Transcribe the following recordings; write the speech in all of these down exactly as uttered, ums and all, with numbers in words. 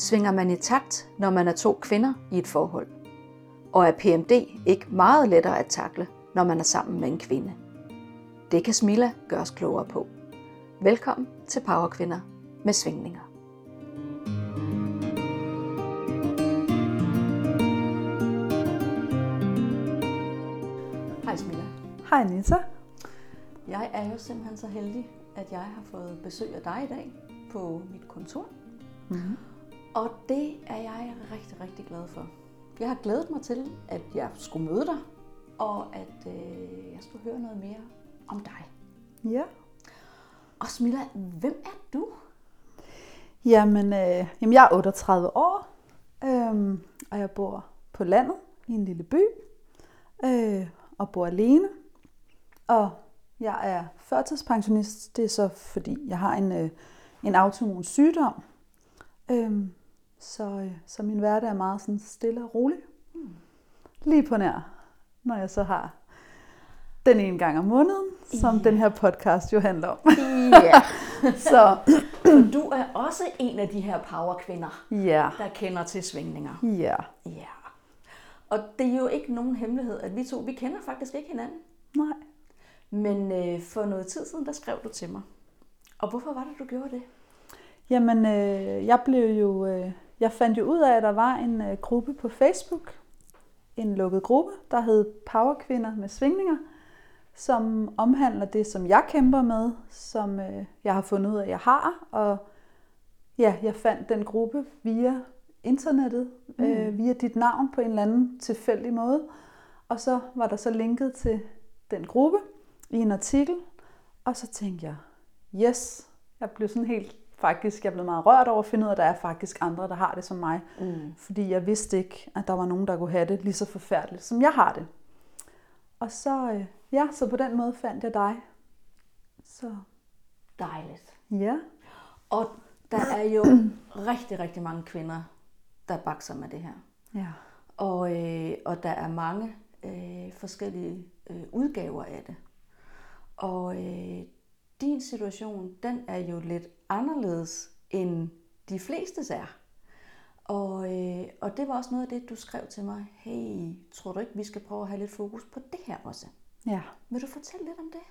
Svinger man i takt, når man er to kvinder i et forhold? Og er P M D ikke meget lettere at takle, når man er sammen med en kvinde? Det kan Smilla gøre os klogere på. Velkommen til Powerkvinder med svingninger. Hej Smilla. Hej Nita. Jeg er jo simpelthen så heldig, at jeg har fået besøg af dig i dag på mit kontor. Mm-hmm. Og det er jeg rigtig, rigtig glad for. Jeg har glædet mig til, at jeg skulle møde dig, og at øh, jeg skulle høre noget mere om dig. Ja. Og Smilla, hvem er du? Jamen, øh, jamen jeg er otteogtredive år, øh, og jeg bor på landet i en lille by, øh, og bor alene. Og jeg er førtidspensionist, det er så fordi jeg har en, øh, en autoimmun sygdom. Øh, så, øh, så min hverdag er meget sådan stille og rolig. Mm. Lige på nær, når jeg så har den ene gang om måneden, som yeah. den her podcast jo handler om. Ja. så. så du er også en af de her powerkvinder, yeah. der kender til svingninger. Ja. Yeah. Ja. Og det er jo ikke nogen hemmelighed, at vi to, vi kender faktisk ikke hinanden. Nej. Men øh, for noget tid siden, der skrev du til mig. Og hvorfor var det, du gjorde det? Jamen, øh, jeg blev jo, øh, jeg fandt jo ud af, at der var en øh, gruppe på Facebook, en lukket gruppe, der hed Powerkvinder med svingninger, som omhandler det, som jeg kæmper med, som øh, jeg har fundet ud af, at jeg har. Og ja, jeg fandt den gruppe via internettet, mm. øh, via dit navn på en eller anden tilfældig måde. Og så var der så linket til den gruppe i en artikel, og så tænkte jeg, yes, jeg blev sådan helt, faktisk, jeg blev meget rørt over at finde ud af, at der er faktisk andre, der har det som mig. Mm. Fordi jeg vidste ikke, at der var nogen, der kunne have det lige så forfærdeligt, som jeg har det. Og så, ja, så på den måde fandt jeg dig. Så dejligt. Ja. Og der er jo rigtig, rigtig mange kvinder, der bakser med det her. Ja. Og, øh, og der er mange øh, forskellige øh, udgaver af det. Og øh, din situation, den er jo lidt anderledes end de flestes er. Og, øh, og det var også noget af det, du skrev til mig. Hey, tror du ikke, vi skal prøve at have lidt fokus på det her også? Ja. Vil du fortælle lidt om det?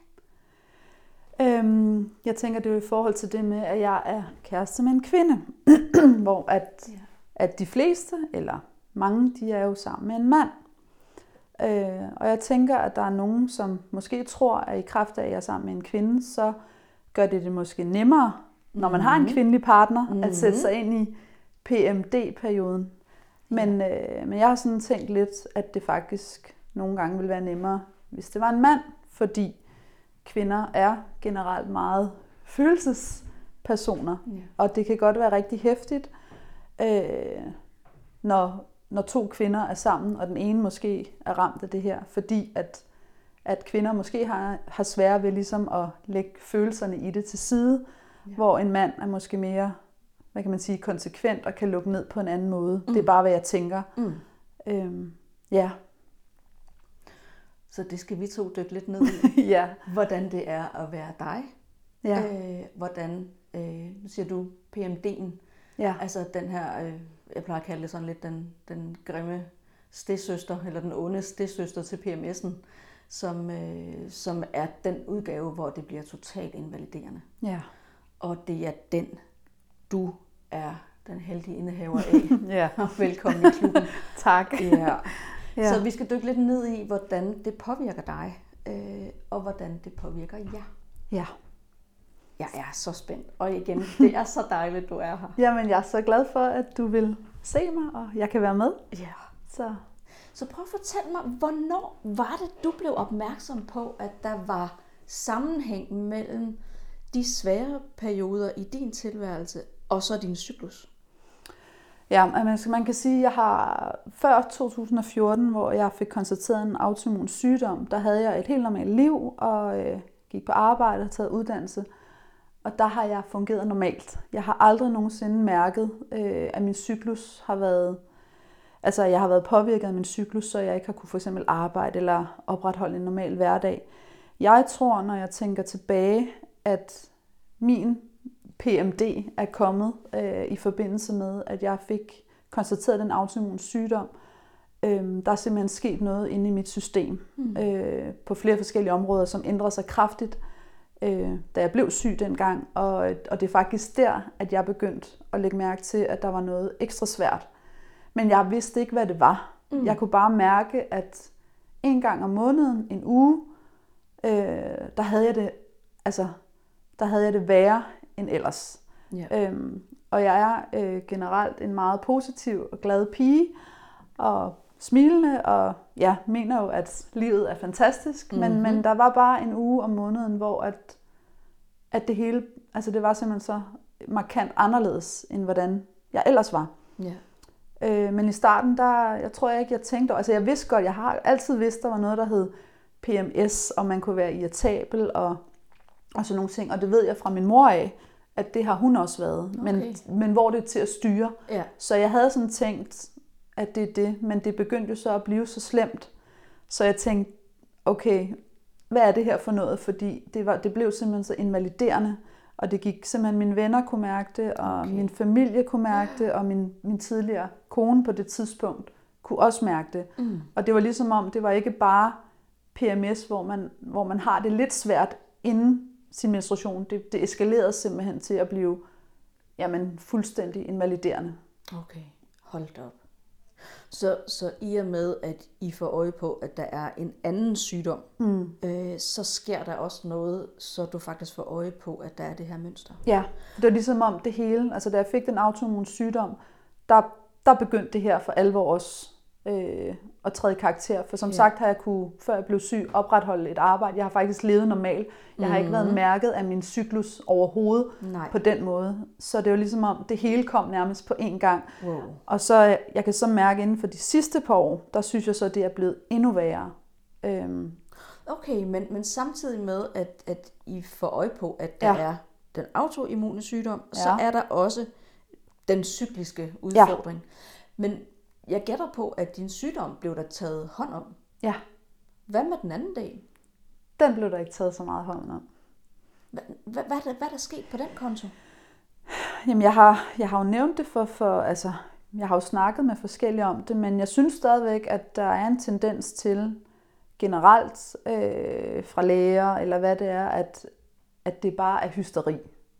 Øhm, jeg tænker, det er jo i forhold til det med, at jeg er kæreste med en kvinde. hvor at, ja. at de fleste, eller mange, de er jo sammen med en mand. Øh, og jeg tænker, at der er nogen, som måske tror, at i kraft af, at jeg er sammen med en kvinde, så gør det det måske nemmere, når man mm-hmm. har en kvindelig partner, mm-hmm. at sætte sig ind i P M D-perioden. Men, ja. øh, men jeg har sådan tænkt lidt, at det faktisk nogle gange vil være nemmere, hvis det var en mand, fordi kvinder er generelt meget følelsespersoner, ja. Og det kan godt være rigtig heftigt, øh, når, når to kvinder er sammen, og den ene måske er ramt af det her, fordi at, at kvinder måske har, har svært ved ligesom at lægge følelserne i det til side, ja. Hvor en mand er måske mere, hvad kan man sige, konsekvent og kan lukke ned på en anden måde. Mm. Det er bare, hvad jeg tænker. Mm. Øhm, ja. Så det skal vi to dykke lidt ned i. ja. Hvordan det er at være dig. Ja. Øh, hvordan, øh, nu siger du P M D'en. Ja. Altså den her, øh, jeg plejer at kalde det sådan lidt den, den grimme stedsøster, eller den onde stedsøster til P M S'en, som, øh, som er den udgave, hvor det bliver totalt invaliderende. Ja. Og det er den, du er den heldige indehaver af. ja. Og velkommen i klubben. tak. Ja. Ja. Så vi skal dykke lidt ned i, hvordan det påvirker dig, øh, og hvordan det påvirker jer. Ja. Jeg er så spændt. Og igen, det er så dejligt, du er her. Jamen, jeg er så glad for, at du vil se mig, og jeg kan være med. Ja. Så, så prøv at fortælle mig, hvornår var det, du blev opmærksom på, at der var sammenhæng mellem de svære perioder i din tilværelse, og så din cyklus? Ja, man kan sige, at jeg har før to tusind og fjorten, hvor jeg fik konstateret en autoimmun sygdom, der havde jeg et helt normalt liv, og øh, gik på arbejde og taget uddannelse. Og der har jeg fungeret normalt. Jeg har aldrig nogensinde mærket, øh, at min cyklus har været, altså jeg har været påvirket af min cyklus, så jeg ikke har kunne for eksempel arbejde eller opretholde en normal hverdag. Jeg tror, når jeg tænker tilbage, at min P M D er kommet øh, i forbindelse med, at jeg fik konstateret den autoimmun sygdom. Øh, der er simpelthen sket noget inde i mit system mm. øh, på flere forskellige områder, som ændrede sig kraftigt, øh, da jeg blev syg dengang. Og, og det er faktisk der, at jeg begyndte at lægge mærke til, at der var noget ekstra svært. Men jeg vidste ikke, hvad det var. Mm. Jeg kunne bare mærke, at en gang om måneden, en uge, øh, der havde jeg det, altså, der havde jeg det værre end ellers. Yeah. Øhm, og jeg er øh, generelt en meget positiv og glad pige, og smilende, og ja, mener jo, at livet er fantastisk, mm-hmm. men, men der var bare en uge om måneden, hvor at, at det hele, altså det var simpelthen så markant anderledes, end hvordan jeg ellers var. Yeah. Øh, men i starten, der, jeg tror jeg ikke, jeg tænkte over, altså jeg vidste godt, jeg har altid vidst, der var noget, der hed P M S, og man kunne være irritabel, og, og sådan nogle ting, og det ved jeg fra min mor af, at det har hun også været, okay. men, men hvor det er til at styre. Ja. Så jeg havde sådan tænkt, at det er det, men det begyndte jo så at blive så slemt, så jeg tænkte, okay, hvad er det her for noget, fordi det, var, det blev simpelthen så invaliderende, og det gik simpelthen, mine venner kunne mærke det, og okay. min familie kunne mærke det, og min, min tidligere kone på det tidspunkt kunne også mærke det. Mm. Og det var ligesom om, det var ikke bare P M S, hvor man, hvor man har det lidt svært inden sin menstruation. Det, det eskalerede simpelthen til at blive jamen, fuldstændig invaliderende. Okay, hold op. Så, så i og med, at I får øje på, at der er en anden sygdom, mm. øh, så sker der også noget, så du faktisk får øje på, at der er det her mønster. Ja, det var ligesom om det hele, altså da jeg fik den autoimmun sygdom, der, der begyndte det her for alvor også øh, at træde i karakter. For som ja. sagt har jeg kunne, før jeg blev syg, opretholde et arbejde. Jeg har faktisk levet normalt. Jeg mm-hmm. har ikke været mærket af min cyklus overhovedet Nej. på den måde. Så det var ligesom om, det hele kom nærmest på én gang. Wow. Og så, jeg kan så mærke inden for de sidste par år, der synes jeg så, det er blevet endnu værre. Øhm. Okay, men, men samtidig med, at, at I får øje på, at der ja. er den autoimmune sygdom, ja. så er der også den cykliske udfordring. Ja. Men jeg gætter på, at din sygdom blev der taget hånd om. Ja. Hvad med den anden del? Den blev der ikke taget så meget hånd om. Hvad, hvad, hvad, hvad er der sket på den konto? Jamen, jeg har, jeg har jo nævnt det for, for, altså, jeg har jo snakket med forskellige om det, men jeg synes stadigvæk, at der er en tendens til generelt øh, fra læger, eller hvad det er, at, at det bare er hysteri.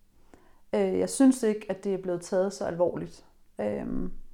Øh, jeg synes ikke, at det er blevet taget så alvorligt. Øh,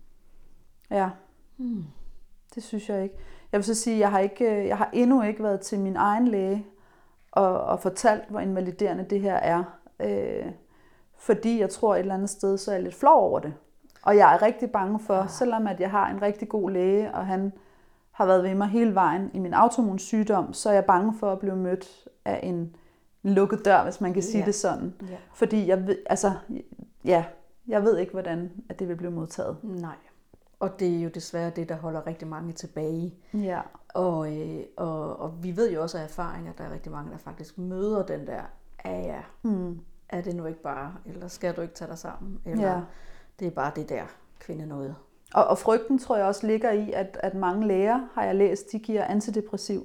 Ja, hmm. det synes jeg ikke. Jeg vil så sige, at jeg har, ikke, jeg har endnu ikke været til min egen læge og, og fortalt, hvor invaliderende det her er. Øh, fordi jeg tror et eller andet sted, så er jeg lidt flov over det. Og jeg er rigtig bange for, ja. selvom at jeg har en rigtig god læge, og han har været ved mig hele vejen i min autoimmun sygdom, så er jeg bange for at blive mødt af en lukket dør, hvis man kan sige ja. det sådan. Ja. Fordi jeg ved, altså, ja, jeg ved ikke, hvordan at det vil blive modtaget. Nej. Og det er jo desværre det, der holder rigtig mange tilbage. Ja. Og, øh, og, og vi ved jo også af erfaring, at der er rigtig mange, der faktisk møder den der, ja ja, mm. er det nu ikke bare, eller skal du ikke tage dig sammen, eller ja. det er bare det der kvinde noget. Og, og frygten tror jeg også ligger i, at, at mange læger, har jeg læst, de giver antidepressiv.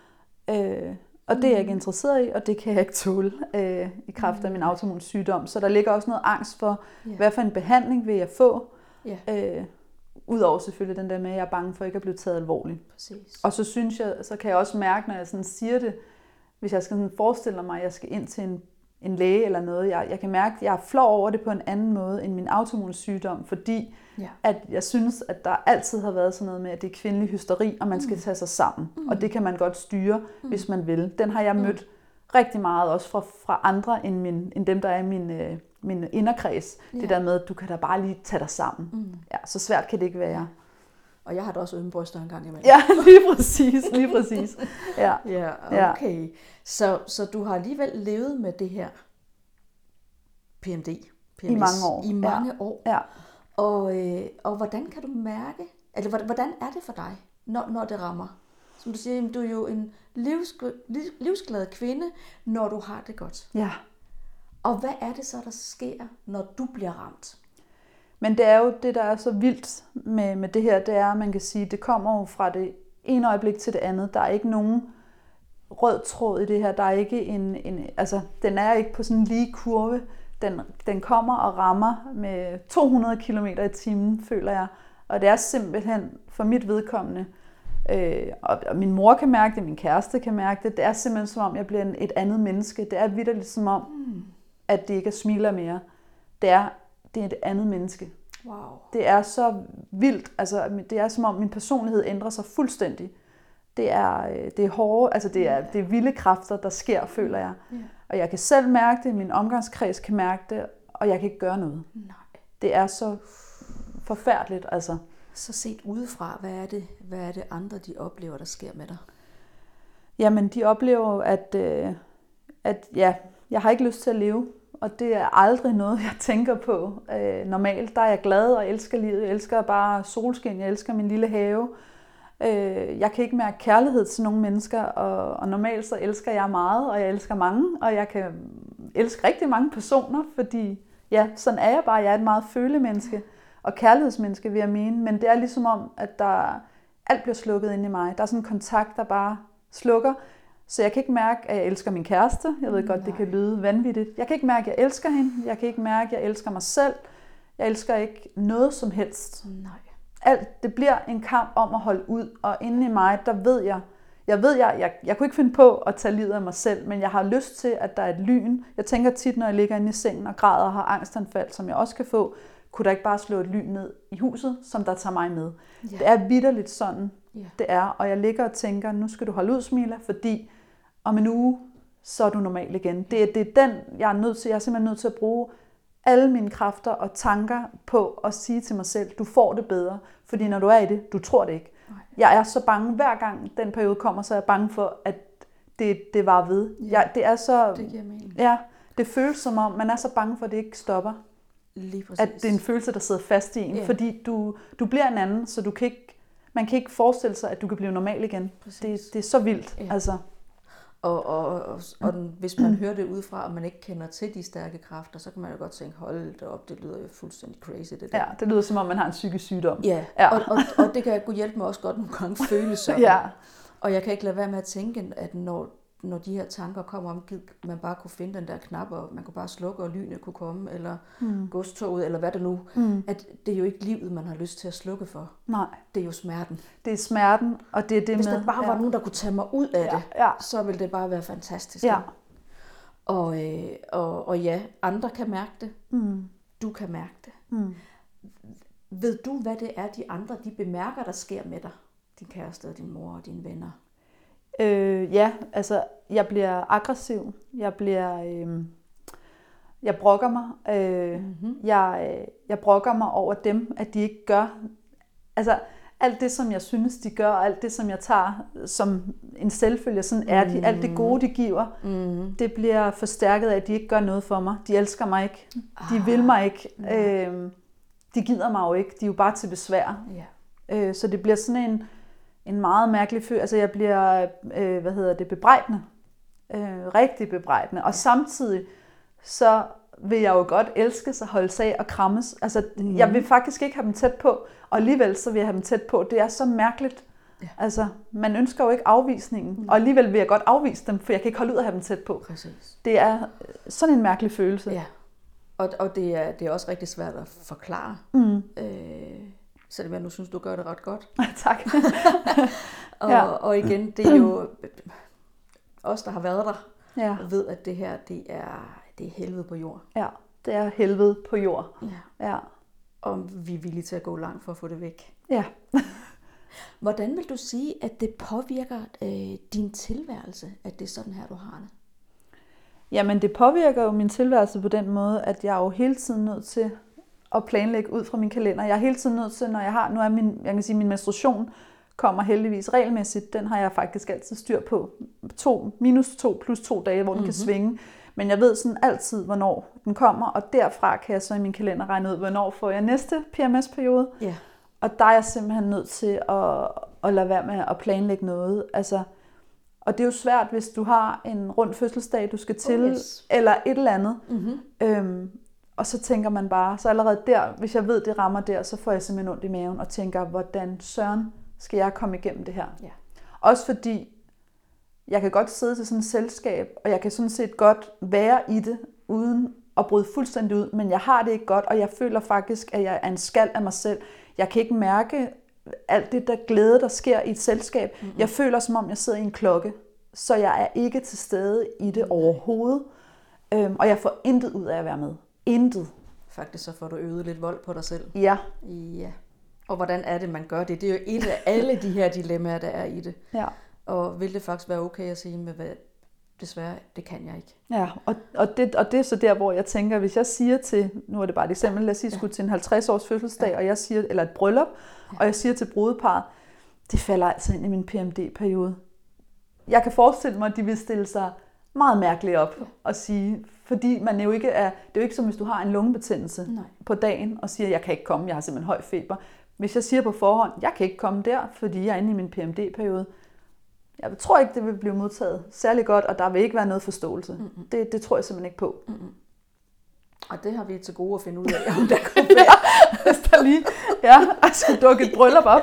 Øh, og det er jeg ikke interesseret i, og det kan jeg ikke tåle øh, i kraft af min autoimmun sygdom. Så der ligger også noget angst for, ja. hvad for en behandling vil jeg få. Ja. Øh, Udover selvfølgelig den der med, at jeg er bange for ikke at blive taget alvorligt. Præcis. Og så synes jeg, så kan jeg også mærke, når jeg sådan siger det, hvis jeg skal sådan forestille mig, at jeg skal ind til en, en læge eller noget, jeg, jeg kan mærke, at jeg er flov over det på en anden måde end min autoimmune sygdom, fordi ja. at jeg synes, at der altid har været sådan noget med, at det er kvindelig hysteri, og man skal tage sig sammen. Mm. Og det kan man godt styre, mm. hvis man vil. Den har jeg mødt mm. rigtig meget også fra, fra andre end, min, end dem, der er i min... Øh, min inderkreds, ja. det der med, at du kan da bare lige tage dig sammen. Mm. Ja, så svært kan det ikke være. Ja. Og jeg har da også ømme bryster en gang imellem. Ja, lige præcis, lige præcis. Ja, ja okay. Ja. Så, så du har alligevel levet med det her P M D, P M S, i mange år. I mange ja. år. Ja. Og, øh, og hvordan kan du mærke, eller hvordan er det for dig, når, når det rammer? Som du siger, du er jo en livsglad, livsglad kvinde, når du har det godt. Ja. Og hvad er det så, der sker, når du bliver ramt? Men det er jo det, der er så vildt med, med det her, det er, at man kan sige, det kommer jo fra det ene øjeblik til det andet. Der er ikke nogen rød tråd i det her. Der er ikke en, en altså, den er ikke på sådan en lige kurve. Den, den kommer og rammer med to hundrede kilometer i timen, føler jeg. Og det er simpelthen for mit vedkommende, øh, og, og min mor kan mærke det, min kæreste kan mærke det, det er simpelthen som om, jeg bliver en, et andet menneske. Det er vitterligt som om, mm. at det ikke er smiler mere. Det er, det er et andet menneske. Wow. Det er så vildt. Altså, det er som om, min personlighed ændrer sig fuldstændig. Det er, det er hårde, altså det er, det er vilde kræfter, der sker, føler jeg. Yeah. Og jeg kan selv mærke det, min omgangskreds kan mærke det, og jeg kan ikke gøre noget. Nej. Det er så forfærdeligt, altså. Så set udefra, hvad er det, hvad er det andre, de oplever, der sker med dig? Jamen, de oplever, at, øh, at ja, jeg har ikke lyst til at leve, og det er aldrig noget, jeg tænker på. Øh, normalt, der er jeg glad og elsker livet. Jeg elsker bare solskin, jeg elsker min lille have. Øh, jeg kan ikke mærke kærlighed til nogle mennesker, og, og normalt så elsker jeg meget, og jeg elsker mange, og jeg kan elske rigtig mange personer, fordi ja, sådan er jeg bare. Jeg er et meget følemenneske og kærlighedsmenneske, vil jeg mene, men det er ligesom om, at der, alt bliver slukket inde i mig. Der er sådan en kontakt, der bare slukker, så jeg kan ikke mærke, at jeg elsker min kæreste. Jeg ved godt, Nej. Det kan lyde vanvittigt. Jeg kan ikke mærke, at jeg elsker hende. Jeg kan ikke mærke, at jeg elsker mig selv. Jeg elsker ikke noget som helst. Nej. Alt, det bliver en kamp om at holde ud, og inde i mig, der ved jeg, jeg ved, jeg, jeg, jeg kunne ikke finde på at tage livet af mig selv, men jeg har lyst til, at der er et lyn. Jeg tænker tit, når jeg ligger inde i sengen og græder og har angstanfald, som jeg også kan få, kunne der ikke bare slå et lyn ned i huset, som der tager mig med. Ja. Det er vitterligt sådan, ja. Det er, og jeg ligger og tænker, nu skal du holde ud, Smilla, fordi om en uge, så er du normal igen. Det er, det er den, jeg er nødt til, jeg er simpelthen nødt til at bruge alle mine kræfter og tanker på at sige til mig selv, du får det bedre, fordi når du er i det, du tror det ikke. Nej. Jeg er så bange, hver gang den periode kommer, så er jeg bange for, at det, det var ved. Ja, jeg, det er så, det giver mening. Ja, det føles som om, man er så bange for, at det ikke stopper. Lige præcis. At det er en følelse, der sidder fast i en, ja. Fordi du, du bliver en anden, så du kan ikke, man kan ikke forestille sig, at du kan blive normal igen. Det, det er så vildt. Ja. Altså. Og, og, og, og den, hvis man hører det udefra, og man ikke kender til de stærke kræfter, så kan man jo godt tænke, hold det op, det lyder jo fuldstændig crazy. Det der. Ja, det lyder som om, man har en psykisk sygdom. Ja, ja. Og, og, og det kan kunne hjælpe mig også godt nogle gange føle sådan. Ja. Og jeg kan ikke lade være med at tænke, at når, når de her tanker kommer om, man bare kunne finde den der knap, og man kunne bare slukke, og lynet kunne komme, eller mm. godstoget, eller hvad det nu, mm. at det er jo ikke livet, man har lyst til at slukke for. Nej. Det er jo smerten. Det er smerten, og det er det Hvis med... der bare ja. var nogen, der kunne tage mig ud af ja. det, Ja. så ville det bare være fantastisk. Ja. Og, øh, og, og ja, andre kan mærke det. Mm. Du kan mærke det. Mm. Ved du, hvad det er, de andre de bemærker, der sker med dig? Din kæreste, din mor og dine venner? Øh, ja, altså, jeg bliver aggressiv. Jeg bliver... Øh, jeg brokker mig. Øh, mm-hmm. jeg, jeg brokker mig over dem, at de ikke gør... Altså, alt det, som jeg synes, de gør, og alt det, som jeg tager som en selvfølge, sådan er de. Alt det gode, de giver, mm. det bliver forstærket af, at de ikke gør noget for mig. De elsker mig ikke. De vil mig ikke. Ah. Øh, de gider mig jo ikke. De er jo bare til besvær. Yeah. Øh, så det bliver sådan en, en meget mærkelig følelse. Altså, jeg bliver, øh, hvad hedder det, bebrejdende. Øh, rigtig bebrejdende. Og samtidig, så vil jeg jo godt elske sig, holde sig og krammes. Altså, mm. jeg vil faktisk ikke have dem tæt på, og alligevel så vil jeg have dem tæt på. Det er så mærkeligt. Ja. Altså, man ønsker jo ikke afvisningen, mm. og alligevel vil jeg godt afvise dem, for jeg kan ikke holde ud at have dem tæt på. Præcis. Det er sådan en mærkelig følelse. Ja, og, og det, er, det er også rigtig svært at forklare. Mm. Øh, selvom jeg nu synes, du gør det ret godt. Tak. og, ja. og igen, det er jo os, der har været der, ja. og ved, at det her, det er... Det er helvede på jord. Ja, det er helvede på jord. Ja. Ja. Og vi er villige til at gå langt for at få det væk. Ja. Hvordan vil du sige, at det påvirker øh, din tilværelse, at det er sådan her, du har det? Jamen, det påvirker jo min tilværelse på den måde, at jeg er jo hele tiden nødt til at planlægge ud fra min kalender. Jeg er hele tiden nødt til, når jeg har... Nu er min, jeg kan sige, min menstruation kommer heldigvis regelmæssigt. Den har jeg faktisk altid styr på. To, minus to plus to dage, hvor den mm-hmm. kan svinge. Men jeg ved sådan altid, hvornår den kommer, og derfra kan jeg så i min kalender regne ud, hvornår får jeg næste P M S-periode. Yeah. Og der er jeg simpelthen nødt til at, at lade være med at planlægge noget. Altså, og det er jo svært, hvis du har en rund fødselsdag, du skal til, oh yes. eller et eller andet. Mm-hmm. Øhm, og så tænker man bare, så allerede der, hvis jeg ved, det rammer der, så får jeg simpelthen ondt i maven og tænker, hvordan søren skal jeg komme igennem det her? Yeah. Også fordi, jeg kan godt sidde til sådan et selskab, og jeg kan sådan set godt være i det, uden at bryde fuldstændig ud, men jeg har det ikke godt, og jeg føler faktisk, at jeg er en skal af mig selv. Jeg kan ikke mærke alt det der glæde, der sker i et selskab. Mm-hmm. Jeg føler, som om jeg sidder i en klokke, så jeg er ikke til stede i det overhovedet, øhm, og jeg får intet ud af at være med. Intet. Faktisk så får du øvet lidt vold på dig selv. Ja. Ja. Og hvordan er det, man gør det? Det er jo et af alle de her dilemmaer, der er i det. Ja. Og vil det faktisk være okay at sige, med hvad, desværre, det kan jeg ikke. Ja, og, og, det, og det er så der, hvor jeg tænker, hvis jeg siger til, nu er det bare et eksempel, lad os sige, ja. skulle til en halvtreds års fødselsdag, ja. og jeg siger, eller et bryllup, ja. og jeg siger til brudeparret, det falder altså ind i min P M D-periode. Jeg kan forestille mig, at de vil stille sig meget mærkeligt op ja. og sige, fordi man jo ikke er, det er jo ikke som hvis du har en lungebetændelse Nej. på dagen og siger, jeg kan ikke komme, jeg har simpelthen høj feber. Hvis jeg siger på forhånd, jeg kan ikke komme der, fordi jeg er inde i min P M D-periode, jeg tror ikke, det vil blive modtaget særlig godt, og der vil ikke være noget forståelse. Mm-hmm. Det, det tror jeg simpelthen ikke på. Mm-hmm. Og det har vi til gode at finde ud af, om der kunne være. Hvis der lige ja, skulle dukke et bryllup op.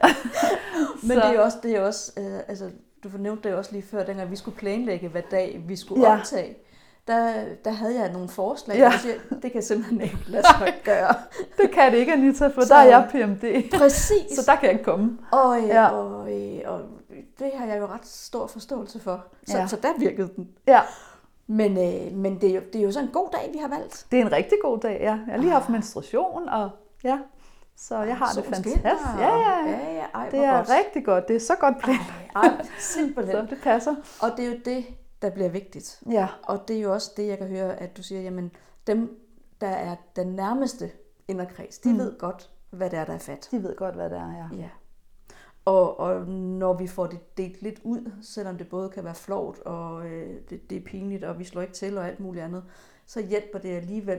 Men det er også, det er også øh, altså, du nævnte det også lige før, dengang vi skulle planlægge, hvad dag vi skulle ja. optage. Der, der havde jeg nogle forslag, ja. og siger, det kan simpelthen ikke lade sig gøre. Det kan det ikke, Anita, for så, der er jeg P M D. Præcis. Så der kan jeg ikke komme. Og, ja. og, og, og det har jeg jo ret stor forståelse for. Så, ja. så der virkede den. Ja. Men, øh, men det, er jo, det er jo sådan en god dag, vi har valgt. Det er en rigtig god dag, ja. Jeg har lige haft menstruation, og ja, så jeg har det fantastisk. Ja, ja, ja, ja. Ej, det er godt. rigtig godt. Det er så godt planlagt. Ej, ej, simpelthen. Så det passer. Og det er jo det, der bliver vigtigt. Ja. Og det er jo også det, jeg kan høre, at du siger, jamen dem, der er den nærmeste inderkreds, de mm. ved godt, hvad det er, der er fat. De ved godt, hvad det er, ja. ja. Og, og når vi får det delt lidt ud, selvom det både kan være flovt, og øh, det, det er pinligt, og vi slår ikke til og alt muligt andet, så hjælper det alligevel,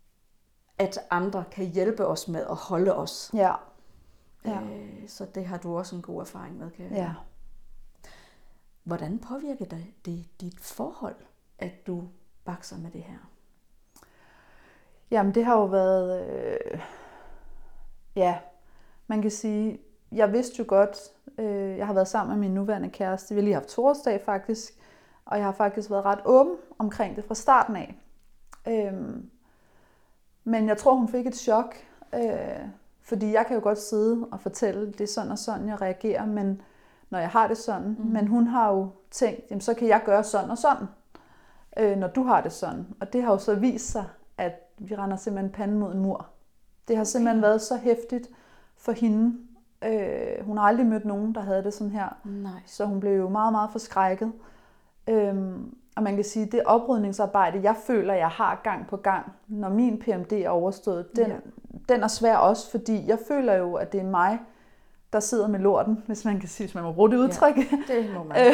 at andre kan hjælpe os med at holde os. Ja. ja. Øh, så det har du også en god erfaring med, kan jeg Ja. Hvordan påvirker det, det dit forhold, at du bakser med det her? Jamen, det har jo været... Øh, ja, man kan sige... Jeg vidste jo godt, øh, jeg har været sammen med min nuværende kæreste. Vi har lige haft toårsdag faktisk, og jeg har faktisk været ret åben omkring det fra starten af. Øhm, men jeg tror, hun fik et chok, øh, fordi jeg kan jo godt sidde og fortælle, det er sådan og sådan, jeg reagerer, men når jeg har det sådan. Mm. Men hun har jo tænkt, jamen, så kan jeg gøre sådan og sådan, øh, når du har det sådan. Og det har jo så vist sig, at vi render simpelthen panden mod en mur. Det har simpelthen okay. været så hæftigt for hende. Øh, hun har aldrig mødt nogen, der havde det sådan her. Nej. Så hun blev jo meget, meget forskrækket. Øhm, og man kan sige, at det oprydningsarbejde, jeg føler, jeg har gang på gang, når min P M D er overstået, den, ja. den er svær også, fordi jeg føler jo, at det er mig, der sidder med lorten, hvis man kan sige, hvis man må bruge det udtryk. Ja, det må man.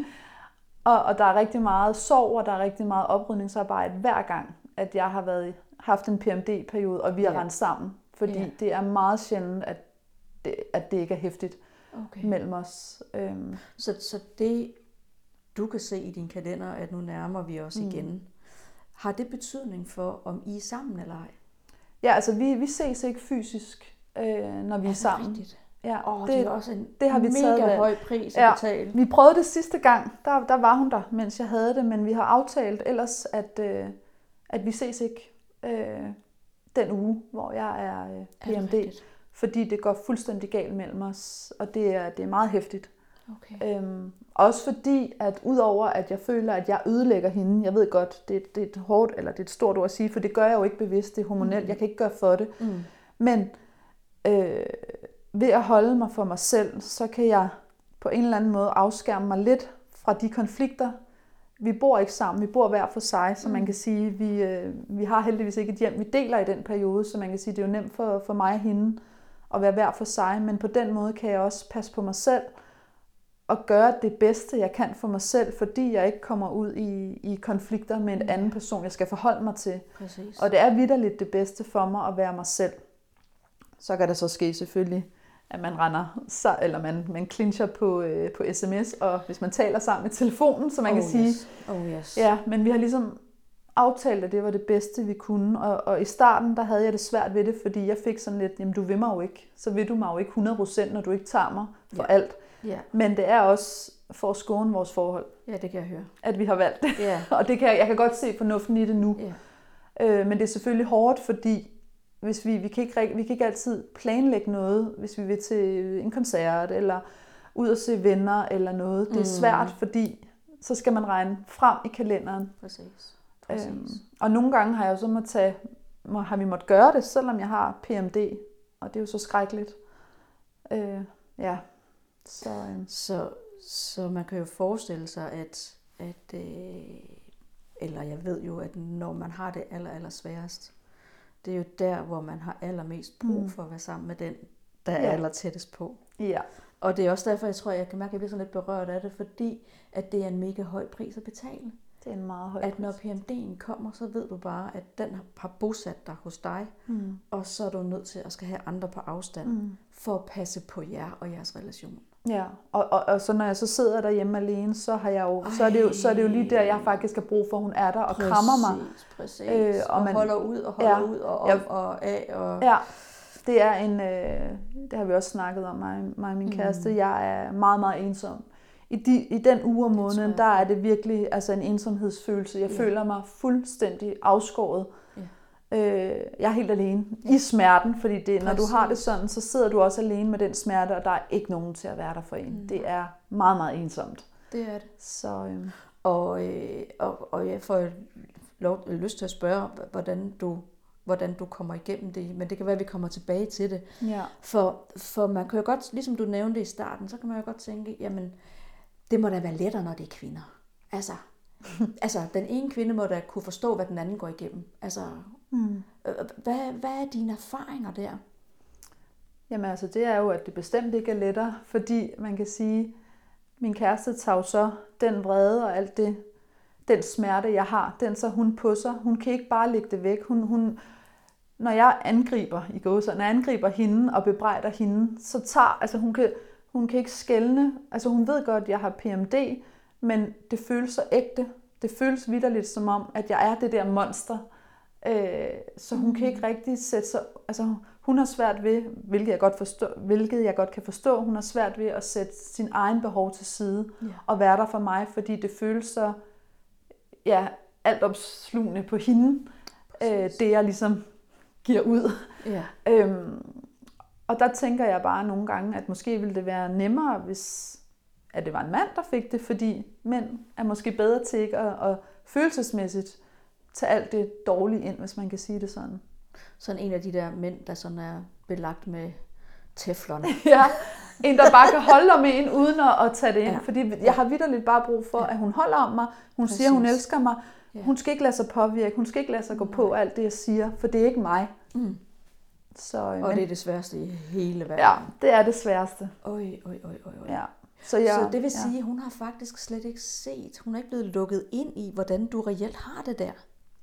og, og der er rigtig meget sorg, og der er rigtig meget oprydningsarbejde hver gang, at jeg har været, haft en P M D-periode, og vi har ja. rendt sammen. Fordi ja. det er meget sjældent, at det, at det ikke er hæftigt okay. mellem os. Øhm. Så, så det, du kan se i din kalender, at nu nærmer vi os mm. igen, har det betydning for, om I er sammen eller ej? Ja, altså vi, vi ses ikke fysisk, øh, når vi er, er sammen. Rigtigt? Ja, oh, det, det er også en det har vi mega taget høj pris at ja, betale. Vi prøvede det sidste gang, der, der var hun der, mens jeg havde det, men vi har aftalt ellers, at, øh, at vi ses ikke øh, den uge, hvor jeg er øh, P M D. Er fordi det går fuldstændig galt mellem os, og det er, det er meget hæftigt. Okay. Øhm, også fordi, at udover at jeg føler, at jeg ødelægger hende, jeg ved godt, det, det er et hårdt, eller det er et stort ord at sige, for det gør jeg jo ikke bevidst, det er hormonelt, mm. jeg kan ikke gøre for det. Mm. Men øh, ved at holde mig for mig selv, så kan jeg på en eller anden måde afskærme mig lidt fra de konflikter. Vi bor ikke sammen, vi bor hver for sig, så mm. man kan sige, vi, øh, vi har heldigvis ikke et hjem, vi deler i den periode, så man kan sige, det er jo nemt for, for mig og hende at være hver for sig, men på den måde kan jeg også passe på mig selv og gøre det bedste, jeg kan for mig selv, fordi jeg ikke kommer ud i, i konflikter med en ja. anden person, jeg skal forholde mig til. Præcis. Og det er vitterligt det bedste for mig at være mig selv. Så kan det så ske selvfølgelig, at man render, eller man, man clincher på, øh, på sms, og hvis man taler sammen i telefonen, så man oh, kan sige, yes. Oh, yes. ja, men vi har ligesom aftalt, at det var det bedste, vi kunne, og, og i starten, der havde jeg det svært ved det, fordi jeg fik sådan lidt, jamen du vil mig jo ikke, så vil du mig jo ikke hundrede procent, når du ikke tager mig for ja. alt. Ja. Men det er også for at skåne vores forhold. Ja, det kan jeg høre. At vi har valgt det. Ja. Og det kan jeg, jeg kan godt se fornuften i det nu. Øh, men det er selvfølgelig hårdt, fordi hvis vi, vi, kan ikke, vi kan ikke altid planlægge noget, hvis vi vil til en koncert, eller ud og se venner, eller noget. Det er svært, mm. fordi så skal man regne frem i kalenderen. Præcis. Præcis. Øhm, og nogle gange har jeg jo så måtte tage, må, har vi måttet gøre det, selvom jeg har P M D, og det er jo så skrækkeligt. Øh, ja. Så, øh. Så, så man kan jo forestille sig, at, at øh, eller jeg ved jo, at når man har det aller, aller sværest, det er jo der, hvor man har allermest brug for at være sammen med den, der er ja. aller tættest på. Ja. Og det er også derfor, jeg tror, jeg kan mærke, at jeg bliver sådan lidt berørt af det, fordi at det er en mega høj pris at betale. Det er en meget høj At når P M D'en kommer, så ved du bare, at den har bosat dig hos dig, mm. og så er du nødt til at skal have andre på afstand, mm. for at passe på jer og jeres relation. Ja, og, og, og så når jeg så sidder derhjemme alene, så, har jeg jo, så, er det jo, så er det jo lige der, jeg faktisk har brug for, at hun er der og præcis, krammer mig. Præcis, øh, og, og man holder ud og holder ja, ud og op ja, og af. Og... Ja, det er en, øh, det har vi også snakket om, mig, mig og min kæreste. Mm. Jeg er meget, meget ensom. I, de, i den uge om måneden, der er det virkelig altså en ensomhedsfølelse. Jeg ja. føler mig fuldstændig afskåret. Ja. Øh, jeg er helt alene ja. i smerten, fordi det, når du har det sådan, så sidder du også alene med den smerte, og der er ikke nogen til at være der for en. Mm. Det er meget, meget ensomt. Det er det. Så, øh. og, øh, og, og jeg får lov, lyst til at spørge, hvordan du, hvordan du kommer igennem det, men det kan være, at vi kommer tilbage til det. Ja. For, for man kan jo godt, ligesom du nævnte i starten, så kan man jo godt tænke, jamen, det må da være lettere, når det er kvinder. Altså, altså den ene kvinde må da kunne forstå, hvad den anden går igennem. Altså, mm. hvad, hvad er dine erfaringer der? Jamen altså, det er jo, at det bestemt ikke er lettere, fordi man kan sige, min kæreste tager jo så den vrede og alt det, den smerte, jeg har, den så hun på sig. Hun kan ikke bare lægge det væk. Hun, hun, når jeg angriber i gåser, når jeg angriber hende og bebrejder hende, så tager, altså hun kan, hun kan ikke skelne. Altså hun ved godt, at jeg har P M D, men det føles så ægte. Det føles vitterligt som om, at jeg er det der monster. Øh, så hun kan ikke rigtig sætte sig... Altså hun har svært ved, hvilket jeg godt, forstå, hvilket jeg godt kan forstå, hun har svært ved at sætte sin egen behov til side ja. og være der for mig, fordi det føles så ja, altopslugende på hende, øh, det jeg ligesom giver ud. Ja. Øhm, og der tænker jeg bare nogle gange, at måske ville det være nemmere, hvis at det var en mand, der fik det, fordi mænd er måske bedre til ikke at, at følelsesmæssigt tage alt det dårlige ind, hvis man kan sige det sådan. Sådan en af de der mænd, der sådan er belagt med teflon. Ja, en der bare kan holde om en, uden at, at tage det ind. Ja. Fordi jeg har vitterligt bare brug for, at hun holder om mig. Hun Præcis. siger, hun elsker mig. Ja. Hun skal ikke lade sig påvirke. Hun skal ikke lade sig gå på alt det, jeg siger, for det er ikke mig. Mm. Så, og men, det er det sværeste i hele verden. Ja, det er det sværeste. Oj, oj, oj, oj. Ja. Så, jeg, så det vil sige, at ja. hun har faktisk slet ikke set, hun er ikke blevet lukket ind i, hvordan du reelt har det der.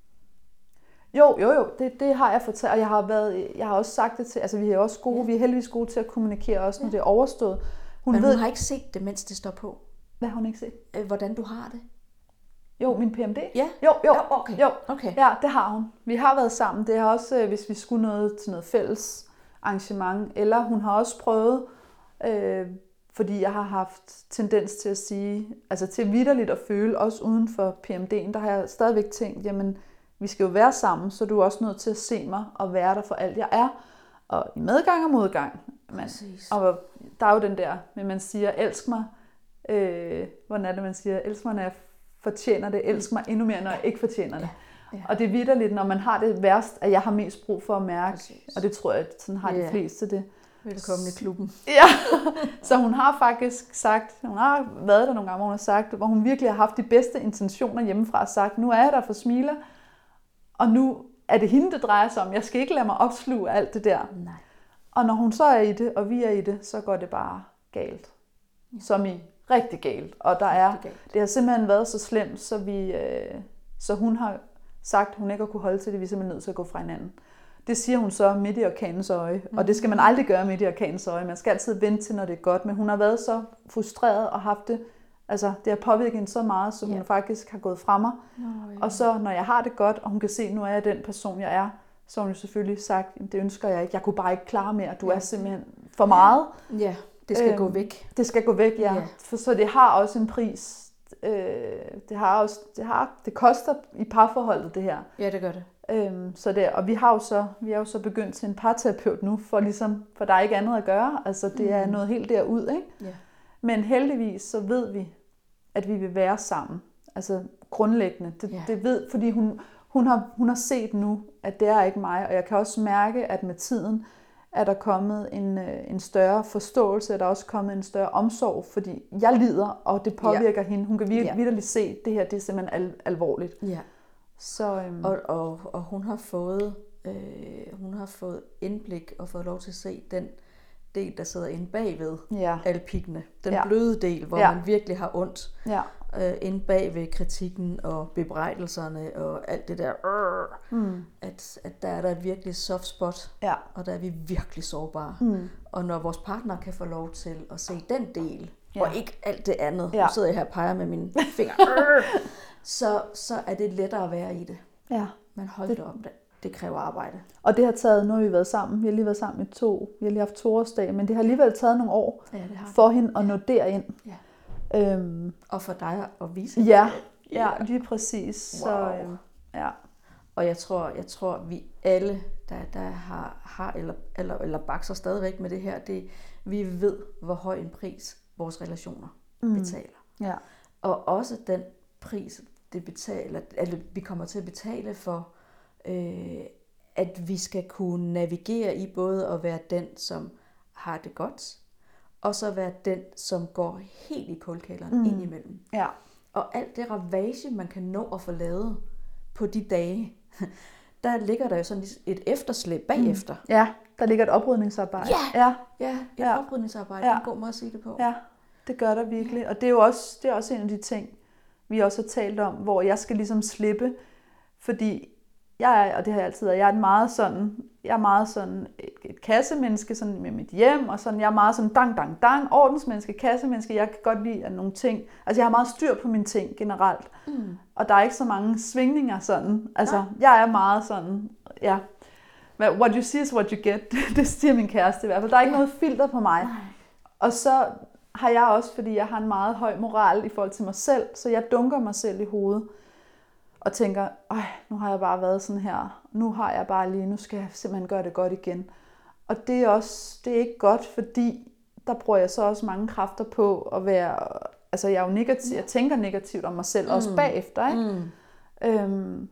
Jo, jo, jo, det, det har jeg fortalt, og jeg har, været, jeg har også sagt det til, altså vi er også gode, ja. vi er heldigvis gode til at kommunikere også, når ja. det er overstået. Hun Men hun ved, har ikke set det, mens det står på? Hvad har hun ikke set? Hvordan du har det? Jo, min P M D? Ja. Jo, jo, ja, okay. jo. Okay. Ja, det har hun. Vi har været sammen. Det har også, hvis vi skulle noget til noget fælles arrangement, eller hun har også prøvet, øh, fordi jeg har haft tendens til at sige, altså til vitterligt at føle, også uden for P M D'en, der har jeg stadigvæk tænkt, jamen, vi skal jo være sammen, så du er også nødt til at se mig og være der for alt, jeg er. Og i medgang og modgang. Man, og der er jo den der, men man siger, elsk mig. Øh, hvordan er det, man siger? Elsk mig, når jeg fortjener det. Elsk mig endnu mere, når jeg ikke fortjener det. Ja, ja. Og det er vitterligt, når man har det værst, at jeg har mest brug for at mærke. Præcis. Og det tror jeg, at sådan har yeah. de fleste det. Velkommen i klubben. Ja, så hun har faktisk sagt, hun har været der nogle gange, hvor hun har sagt, hvor hun virkelig har haft de bedste intentioner hjemmefra og sagt, nu er jeg der for smiler. Og nu er det hende, det drejer sig om. Jeg skal ikke lade mig opsluge alt det der. Nej. Og når hun så er i det, og vi er i det, så går det bare galt. Ja. Som i rigtig galt. Og der er, det har simpelthen været så slemt, så, vi, øh, så hun har sagt, at hun ikke har kunne holde til det. Vi er simpelthen nødt til at gå fra hinanden. Det siger hun så midt i orkanens øje. Mm. Og det skal man aldrig gøre midt i orkanens øje. Man skal altid vente til, når det er godt. Men hun har været så frustreret og haft det. Altså, det har påvirket hende så meget, så hun yeah. faktisk har gået fra mig. Oh, yeah. Og så, når jeg har det godt, og hun kan se, at nu er jeg den person, jeg er, så har hun jo selvfølgelig sagt, at det ønsker jeg ikke. Jeg kunne bare ikke klare mere. Du yeah. er simpelthen for meget. Ja, yeah. det skal øhm, gå væk. Det skal gå væk, ja. Yeah. For, så det har også en pris. Øh, det, har også, det, har, det koster i parforholdet, det her. Ja, det gør det. Øhm, så det, og vi har jo så, vi er jo så begyndt til en parterapeut nu, for, ligesom, for der er ikke andet at gøre. Altså det mm. er noget helt derud, ikke? Yeah. Men heldigvis så ved vi, at vi vil være sammen. Altså grundlæggende. Det, yeah. det ved, fordi hun, hun, har, hun har set nu, at det er ikke mig. Og jeg kan også mærke, at med tiden er der kommet en, en større forståelse, der er også kommet en større omsorg, fordi jeg lider, og det påvirker yeah. hende. Hun kan virkelig yeah. vitterligt se, at det her det er simpelthen al, alvorligt. Yeah. Så, øhm. og, og, og hun har fået øh, hun har fået indblik og fået lov til at se den del, der sidder inde bagved ja. alle piggene. Den ja. bløde del, hvor ja. man virkelig har ondt. Ja. Øh, inde bagved kritikken og bebrejdelserne og alt det der. Øh, mm. at, at der er der et virkelig soft spot, ja. og der er vi virkelig sårbare. Mm. Og når vores partner kan få lov til at se den del, ja. og ikke alt det andet, ja. nu sidder jeg her og peger med mine fingre, øh, så, så er det lettere at være i det. Ja. Men hold det op, det, det kræver arbejde. Og det har taget, nu har vi været sammen, vi har lige været sammen i to, vi har lige haft toårsdag, men det har alligevel taget nogle år ja, det har for hende at nå derind. Ja. Øhm, og for dig at vise ja, det. Ja, lige præcis. Wow. Så, øhm, ja. Og jeg tror, jeg tror vi alle, der, der har, har eller, eller, eller bakser stadigvæk med det her, det, vi ved, hvor høj en pris vores relationer mm. betaler. Ja. Og også den pris, det betaler, altså, vi kommer til at betale for, øh, at vi skal kunne navigere i både at være den, som har det godt, og så være den, som går helt i kulkælderen mm. indimellem. Ja. Og alt det ravage, man kan nå at få lavet på de dage, der ligger der jo sådan et efterslæb bagefter. Mm. Ja, der ligger et oprydningsarbejde. Ja, ja, ja et ja. oprydningsarbejde, ja. det er en god måde at sige det på. Ja, det gør der virkelig. Og det er jo også, det er også en af de ting, vi også har talt om, hvor jeg skal ligesom slippe, fordi jeg er, og det har jeg altid været, jeg er meget sådan, jeg er meget sådan et, et kassemenneske sådan med mit hjem, og sådan, jeg er meget sådan dang, dang, dang, ordensmenneske, kassemenneske, jeg kan godt lide at nogle ting, altså jeg har meget styr på mine ting generelt, mm. og der er ikke så mange svingninger sådan, altså ja. jeg er meget sådan, ja, what you see is what you get, det siger min kæreste i hvert fald, der er ikke ja. noget filter på mig, Nej. Og så har jeg også, fordi jeg har en meget høj moral i forhold til mig selv, så jeg dunker mig selv i hovedet, og tænker, øj, nu har jeg bare været sådan her, nu har jeg bare lige, nu skal jeg simpelthen gøre det godt igen. Og det er også, det er ikke godt, fordi der bruger jeg så også mange kræfter på at være, altså jeg er jo negativ, jeg tænker negativt om mig selv, mm. også bagefter, ikke? Mm. Øhm,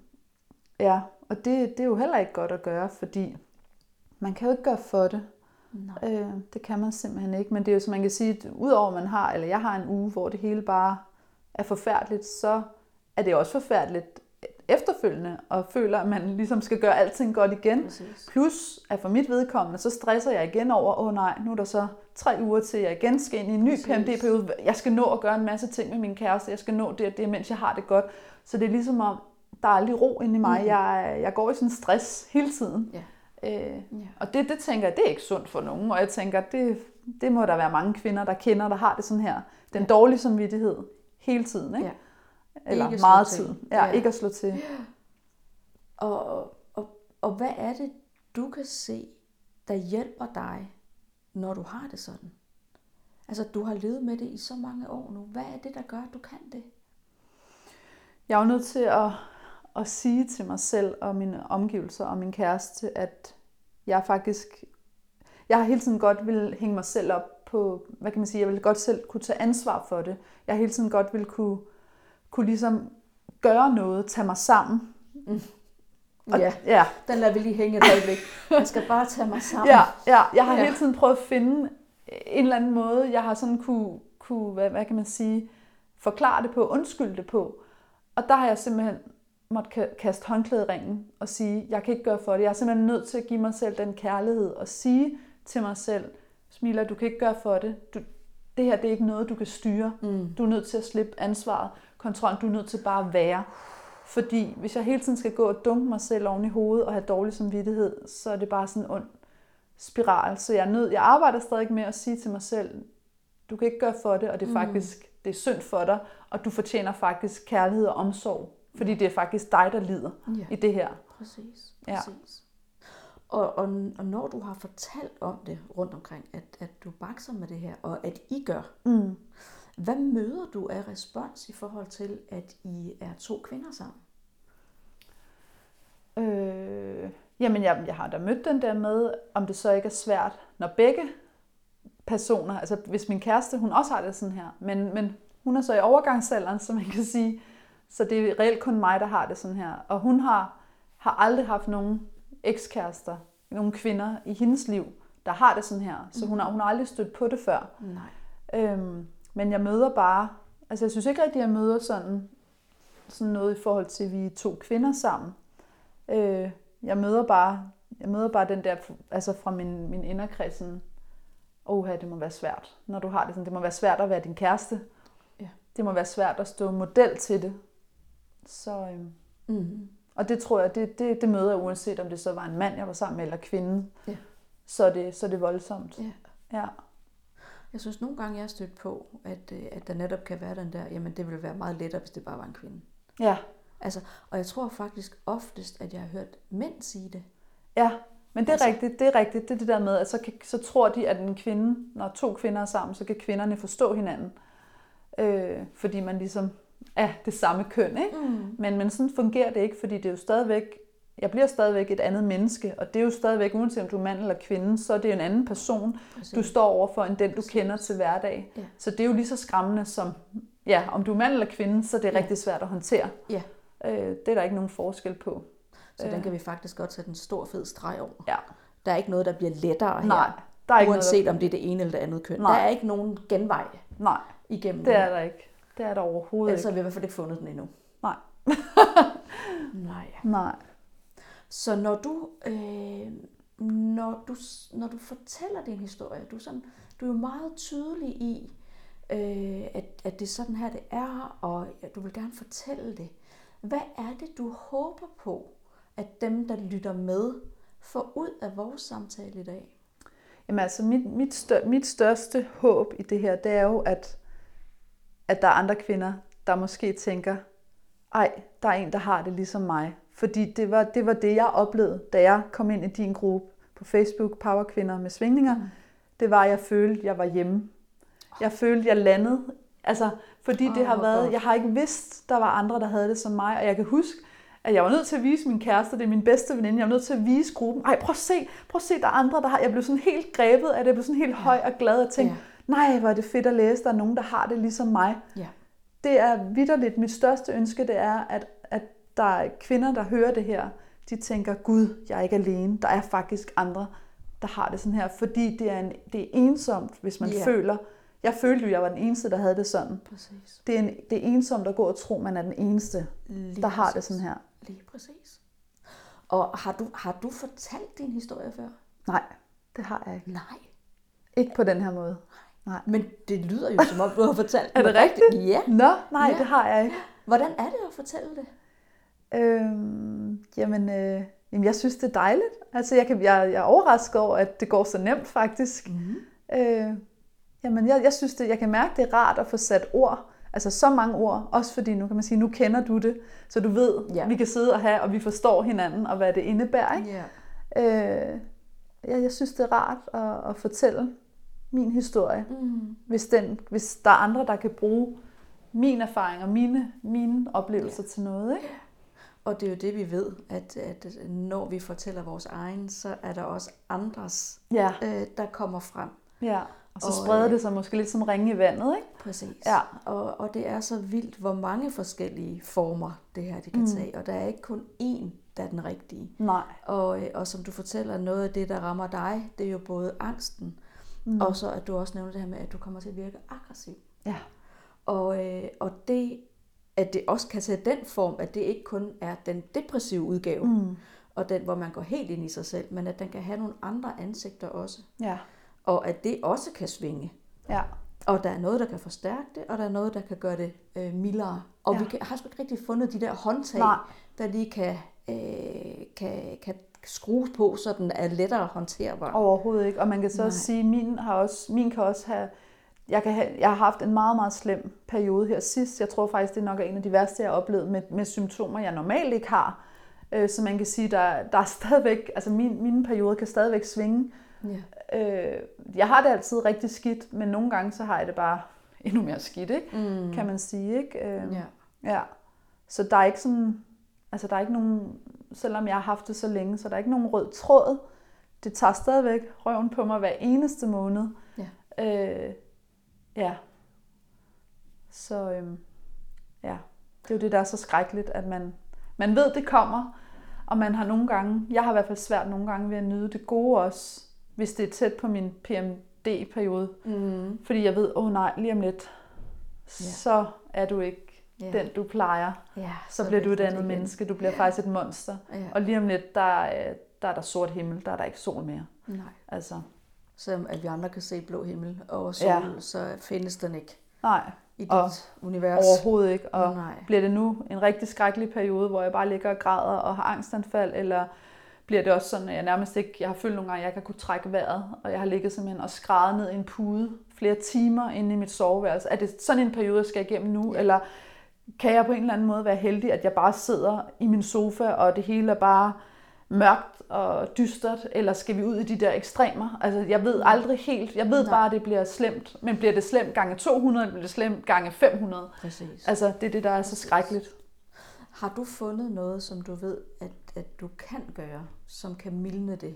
ja, og det, det er jo heller ikke godt at gøre, fordi man kan jo ikke gøre for det. Øh, det kan man simpelthen ikke, men det er jo, som man kan sige, at udover man har, eller jeg har en uge, hvor det hele bare er forfærdeligt, så er det også forfærdeligt efterfølgende, og føler, at man ligesom skal gøre alting godt igen. Præcis. Plus, at for mit vedkommende, så stresser jeg igen over, åh oh, nej, nu er der så tre uger til, jeg igen skal ind i en ny P M D-periode. Jeg skal nå at gøre en masse ting med min kæreste, jeg skal nå det og det, mens jeg har det godt. Så det er ligesom om, der er aldrig ro inde i mig. Mm. Jeg, jeg går i sådan en stress hele tiden. Yeah. Øh, yeah. Og det, det tænker jeg, det er ikke sundt for nogen, og jeg tænker, det, det må der være mange kvinder, der kender, der har det sådan her. Den yeah. dårlige samvittighed hele tiden, ikke? Yeah. Eller ikke meget tid. Ja, ja, ikke at slå til. Og, og, og hvad er det, du kan se, der hjælper dig, når du har det sådan? Altså, du har levet med det i så mange år nu. Hvad er det, der gør, at du kan det? Jeg er jo nødt til at, at sige til mig selv og mine omgivelser og min kæreste, at jeg faktisk, jeg har hele tiden godt vil hænge mig selv op på, hvad kan man sige, jeg vil godt selv kunne tage ansvar for det. Jeg har hele tiden godt vil kunne kunne ligesom gøre noget, tage mig sammen. Mm. Og, ja. ja, den lader vi lige hænge et øjeblik. Jeg skal bare tage mig sammen. Ja, ja. Jeg har ja. hele tiden prøvet at finde en eller anden måde, jeg har sådan kunne, kunne hvad, hvad kan man sige, forklare det på, undskylde det på. Og der har jeg simpelthen måtte kaste håndklædet i ringen og sige, jeg kan ikke gøre for det. Jeg er simpelthen nødt til at give mig selv den kærlighed og sige til mig selv, Smilla, du kan ikke gøre for det. Du, det her det er ikke noget, du kan styre. Mm. Du er nødt til at slippe ansvaret. Kontrollen, du er nødt til bare at være. Fordi hvis jeg hele tiden skal gå og dunke mig selv oven i hovedet og have dårlig samvittighed, så er det bare sådan en ond spiral. Så jeg er nødt, jeg arbejder stadig med at sige til mig selv, du kan ikke gøre for det, og det er faktisk, mm. det er synd for dig, og du fortjener faktisk kærlighed og omsorg. Fordi det er faktisk dig, der lider ja. i det her. Præcis, præcis. Ja. Og, og, og når du har fortalt om det rundt omkring, at, at du bakser med det her, og at I gør, mm. hvad møder du af respons i forhold til, at I er to kvinder sammen? Øh, jamen, jeg, jeg har da mødt den der med, om det så ikke er svært, når begge personer, altså hvis min kæreste, hun også har det sådan her, men, men hun er så i overgangsalderen, som man kan sige, så det er reelt kun mig, der har det sådan her. Og hun har, har aldrig haft nogen ekskærester, nogle kvinder i hendes liv, der har det sådan her. Så hun har, hun har aldrig stødt på det før. Nej. Øhm, men jeg møder bare, altså jeg synes ikke rigtig, at jeg møder sådan, sådan noget i forhold til, at vi er to kvinder sammen. Øh, jeg møder bare, jeg møder bare den der, altså fra min, min inderkredsen, åh, det må være svært, når du har det sådan. Det må være svært at være din kæreste. Ja. Det må være svært at stå model til det. Så, øhm, Mm. og det tror jeg, det, det, det møder jeg, uanset om det så var en mand, jeg var sammen med, eller kvinde. Ja. Så er det, så er det voldsomt. Ja. Ja. Jeg synes nogle gange, jeg er stødt på, at, øh, at der netop kan være den der, jamen det ville være meget lettere, hvis det bare var en kvinde. Ja. Altså, og jeg tror faktisk oftest, at jeg har hørt mænd sige det. Ja, men det er Altså- rigtigt, det er rigtigt. Det er det der med, at så, kan, så tror de, at en kvinde, når to kvinder er sammen, så kan kvinderne forstå hinanden. Øh, fordi man ligesom er det samme køn, ikke? Mm. Men, men sådan fungerer det ikke, fordi det er jo stadigvæk, jeg bliver stadigvæk et andet menneske, og det er jo stadigvæk, uanset om du er mand eller kvinde, så er det jo en anden person, Præcis. du står overfor, end den du Præcis. kender til hverdag. Ja. Så det er jo lige så skræmmende som, ja, om du er mand eller kvinde, så det er Ja. rigtig svært at håndtere. Ja. Øh, det er der ikke nogen forskel på. Så den kan vi faktisk godt sætte en stor fed streg over. Ja. Der er ikke noget, der bliver lettere her. Nej, der er ikke uanset noget, der... om det er det ene eller det andet køn. Nej. Der er ikke nogen genvej Nej, igennem det er her. der ikke. Det er der overhovedet Ellers har ikke. vi i hvert fald ikke fundet den endnu. Nej. Nej. Nej. Så når du, øh, når du, når du fortæller din historie, du er, sådan, du er jo meget tydelig i, øh, at, at det er sådan her, det er, og at du vil gerne fortælle det. Hvad er det, du håber på, at dem, der lytter med, får ud af vores samtale i dag? Jamen altså, mit, mit, stør, mit største håb i det her, det er jo, at, at der er andre kvinder, der måske tænker, ej, der er en, der har det ligesom mig. Fordi det var, det var det, jeg oplevede, da jeg kom ind i din gruppe på Facebook, Powerkvinder med svingninger. Mm. Det var, at jeg følte, at jeg var hjemme. Jeg følte, at jeg landede. Altså, fordi Oh, det har hvor været, godt. jeg har ikke vidst, der var andre, der havde det som mig. Og jeg kan huske, at jeg var nødt til at vise min kæreste, det er min bedste veninde, jeg var nødt til at vise gruppen. Ej, prøv at se, prøv at se, der er andre, der har. Jeg blev sådan helt grebet af det, jeg blev sådan helt ja. høj og glad og tænkte, ja. nej, hvor er det fedt at læse, der er nogen, der har det ligesom mig. Ja. Det er vitterligt, mit største ønske, det er, at, at der er kvinder, der hører det her, de tænker, gud, jeg er ikke alene, der er faktisk andre, der har det sådan her, fordi det er, en, det er ensomt, hvis man Ja. føler, jeg følte jo, jeg var den eneste, der havde det sådan. Præcis. Det er, en, det er ensomt at gå og tro, man er den eneste, Lige der har det præcis. sådan her. Lige præcis. Og har du, har du fortalt din historie før? Nej, det har jeg ikke. Nej. Ikke på den her måde. Nej. Men det lyder jo, som om du har fortalt Er det rigtigt? Ja. Nå, nej, Ja. det har jeg ikke. Hvordan er det at fortælle det? Øhm, jamen, øh, jamen, jeg synes, det er dejligt. Altså, jeg, kan, jeg, jeg er overrasket over, at det går så nemt, faktisk. Mm-hmm. Øh, jamen, jeg, jeg synes, det, jeg kan mærke, det er rart at få sat ord. Altså, så mange ord. Også fordi, nu kan man sige, nu kender du det. Så du ved, Ja. vi kan sidde og have, og vi forstår hinanden, og hvad det indebærer. Ikke? Ja. Øh, jeg, jeg synes, det er rart at, at fortælle min historie. Mm. Hvis, den, hvis der er andre, der kan bruge min erfaring og mine, mine oplevelser Ja. til noget. Ikke? Og det er jo det, vi ved, at, at når vi fortæller vores egen, så er der også andres, Ja. øh, der kommer frem. Ja, og så Og, spreder øh, det sig måske lidt som ringe i vandet, ikke? Præcis. Ja. Og, og det er så vildt, hvor mange forskellige former det her det kan Mm. tage. Og der er ikke kun én, der er den rigtige. Nej. Og, øh, og som du fortæller, noget af det, der rammer dig, det er jo både angsten, Mm. og så at du også nævner det her med, at du kommer til at virke aggressiv. Ja. Og, øh, og det, at det også kan tage den form, at det ikke kun er den depressive udgave, Mm. og den, hvor man går helt ind i sig selv, men at den kan have nogle andre ansigter også. Ja. Og at det også kan svinge. Ja. Og der er noget, der kan forstærke det, og der er noget, der kan gøre det øh, mildere. Og Ja. vi kan, har sgu ikke rigtig fundet de der håndtag, Nej. der lige kan, øh, kan, kan skrues på, så den er lettere håndterbar. Overhovedet ikke. Og man kan så Nej. også sige, min har også, min kan også have, jeg, kan have, jeg har haft en meget, meget slem periode her sidst. Jeg tror faktisk, det nok er en af de værste, jeg har oplevet med, med symptomer, jeg normalt ikke har. Øh, så man kan sige, der, der er stadigvæk, altså min, mine perioder kan stadigvæk svinge. Ja. Øh, jeg har det altid rigtig skidt, men nogle gange så har jeg det bare endnu mere skidt, ikke? Mm. Kan man sige, ikke? Øh, Ja. ja. Så der er ikke sådan, Altså der er ikke nogen, selvom jeg har haft det så længe, så der er ikke nogen rød tråd. Det tager stadigvæk røven på mig hver eneste måned. Ja. Øh, ja. Så øhm, ja, det er jo det, der er så skrækkeligt, at man, man ved, det kommer, og man har nogle gange, jeg har i hvert fald svært nogle gange ved at nyde det gode også, hvis det er tæt på min P M D-periode. Mm. Fordi jeg ved, åh oh, nej, lige om lidt, ja. så er du ikke ja. den, du plejer. Ja, så, så bliver du et andet menneske, du bliver ja. faktisk et monster. Ja. Og lige om lidt, der er, der er der sort himmel, der er der ikke sol mere. Nej. Altså. Selvom at vi andre kan se blå himmel og sol, ja. så findes den ikke. Nej. I dit og univers. Overhovedet ikke. Og Nej. Bliver det nu en rigtig skrækkelig periode, hvor jeg bare ligger og græder og har angstanfald, eller bliver det også sådan, at jeg nærmest ikke, jeg har følt nogle gange, at jeg kan kunne trække vejret, og jeg har ligget simpelthen og skrædet ned i en pude flere timer inde i mit soveværelse. Er det sådan en periode, jeg skal igennem nu, ja. eller kan jeg på en eller anden måde være heldig, at jeg bare sidder i min sofa, og det hele er bare mørkt og dystert, eller skal vi ud i de der ekstremer? Altså, jeg ved aldrig helt. Jeg ved Nej. bare, at det bliver slemt. Men bliver det slemt gange to hundrede, eller bliver det slemt gange fem hundrede? Præcis. Altså, det er det, der er så skrækkeligt. Har du fundet noget, som du ved, at, at du kan gøre, som kan mildne det?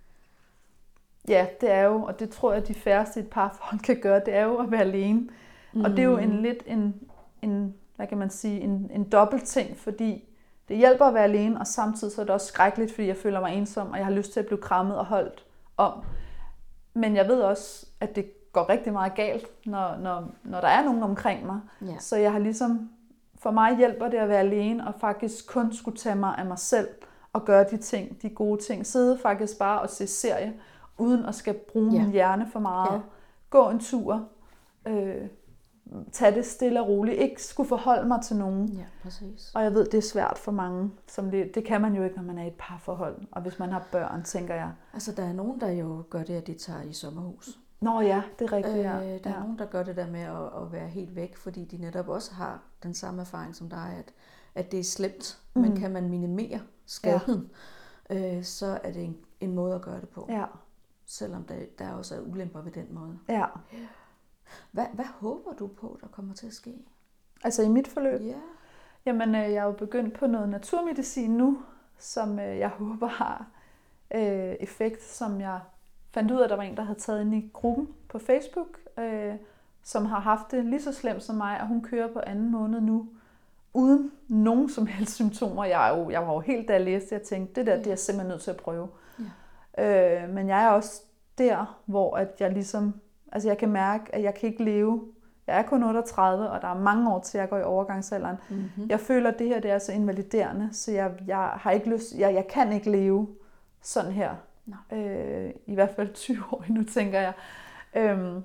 Ja, det er jo, og det tror jeg, at de færreste i et parforhold kan gøre, det er jo at være alene. Mm. Og det er jo en lidt en, en hvad kan man sige, en, en dobbelt ting, fordi det hjælper at være alene, og samtidig så er det også skrækkeligt, fordi jeg føler mig ensom, og jeg har lyst til at blive krammet og holdt om. Men jeg ved også, at det går rigtig meget galt, når, når, når der er nogen omkring mig. Ja. Så jeg har ligesom, for mig hjælper det at være alene, og faktisk kun skulle tage mig af mig selv, og gøre de ting, de gode ting. Sidde faktisk bare og se serie, uden at skal bruge ja. min hjerne for meget. Ja. Gå en tur. Øh, tage det stille og roligt. Ikke skulle forholde mig til nogen. Ja, præcis. Og jeg ved, det er svært for mange. Som det, det kan man jo ikke, når man er i et parforhold. Og hvis man har børn, tænker jeg. Altså, der er nogen, der jo gør det, at de tager i sommerhus. Nå ja, det er rigtigt, ja. Øh, der er ja. nogen, der gør det der med at, at være helt væk, fordi de netop også har den samme erfaring som dig, at, at det er slemt, mm. men kan man minimere skaden, ja. øh, så er det en, en måde at gøre det på. Ja. Selvom der, der også er ulemper ved den måde. Ja. Hvad, hvad håber du på, der kommer til at ske? Altså i mit forløb? Ja. Jamen, jeg er jo begyndt på noget naturmedicin nu, som jeg håber har øh, effekt, som jeg fandt ud af, at der var en, der havde taget ind i gruppen på Facebook, øh, som har haft det lige så slemt som mig, og hun kører på anden måned nu, uden nogen som helst symptomer. Jeg, er jo, jeg var jo helt, da jeg læste, jeg tænkte, det der, det er jeg simpelthen nødt til at prøve. Ja. Øh, men jeg er også der, hvor at jeg ligesom, altså jeg kan mærke, at jeg kan ikke leve. Jeg er kun otteogtredive, og der er mange år til, jeg går i overgangsalderen. Mm-hmm. Jeg føler, at det her det er så invaliderende, så jeg, jeg har ikke lyst, jeg, jeg kan ikke leve sådan her. Øh, I hvert fald tyve år nu, tænker jeg. Øhm,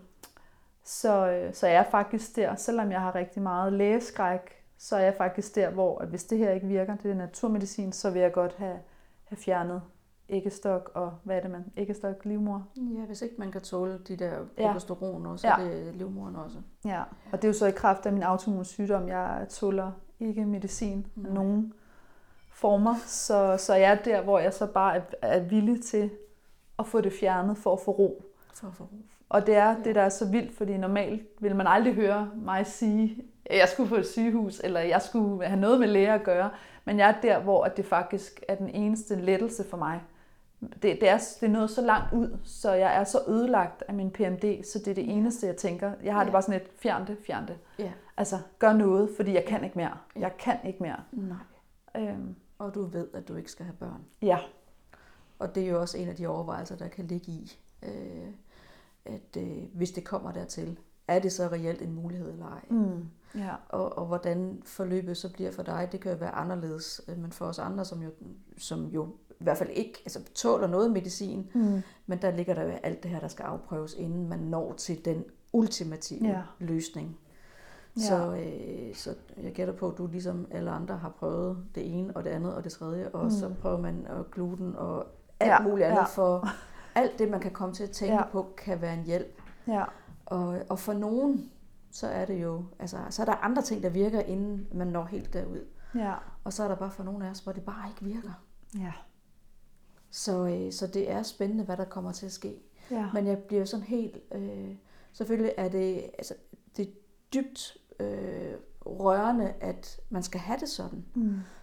så, så jeg er faktisk der, selvom jeg har rigtig meget lægeskræk, så er jeg faktisk der, hvor at hvis det her ikke virker, det er naturmedicin, så vil jeg godt have, have fjernet æggestok og, hvad er det man, æggestok, livmor? Ja, hvis ikke man kan tåle de der progesteron, ja. så er det ja. livmoren også. Ja, og det er jo så i kraft af min autoimmune sygdom, jeg tåler ikke medicin af mm. nogen former, så, så jeg er der, hvor jeg så bare er, er villig til at få det fjernet for at få ro. For at få ro. Og det er ja. det, der er så vildt, fordi normalt vil man aldrig høre mig sige, at jeg skulle på et sygehus, eller jeg skulle have noget med læger at gøre, men jeg er der, hvor det faktisk er den eneste lettelse for mig. Det, det, er, det er noget så langt ud, så jeg er så ødelagt af min P M D, så det er det eneste, jeg tænker. Jeg har ja. det bare sådan et, fjern det, fjern det. Ja. Altså, gør noget, fordi jeg kan ikke mere. Jeg kan ikke mere. Nej. Øhm. Og du ved, at du ikke skal have børn. Ja. Og det er jo også en af de overvejelser, der kan ligge i, øh, at øh, hvis det kommer dertil, er det så reelt en mulighed eller ej? Mm. Ja. Og, og hvordan forløbet så bliver for dig, det kan jo være anderledes, men for os andre, som jo, som jo i hvert fald ikke altså, tåler noget medicin, mm. men der ligger der jo alt det her, der skal afprøves, inden man når til den ultimative ja. løsning. Ja. Så, øh, så jeg gætter på, at du ligesom alle andre har prøvet det ene og det andet og det tredje, og mm. så prøver man at gluten og alt ja. muligt andet, ja. for alt det, man kan komme til at tænke ja. på, kan være en hjælp. Ja. Og, og for nogen, så er det jo, altså, så er der andre ting, der virker, inden man når helt derud. Ja. Og så er der bare for nogle af os, hvor det bare ikke virker. Ja. Så, øh, så det er spændende, hvad der kommer til at ske. Ja. Men jeg bliver sådan helt, øh, selvfølgelig er det, altså, det er dybt øh, rørende, at man skal have det sådan. Mm.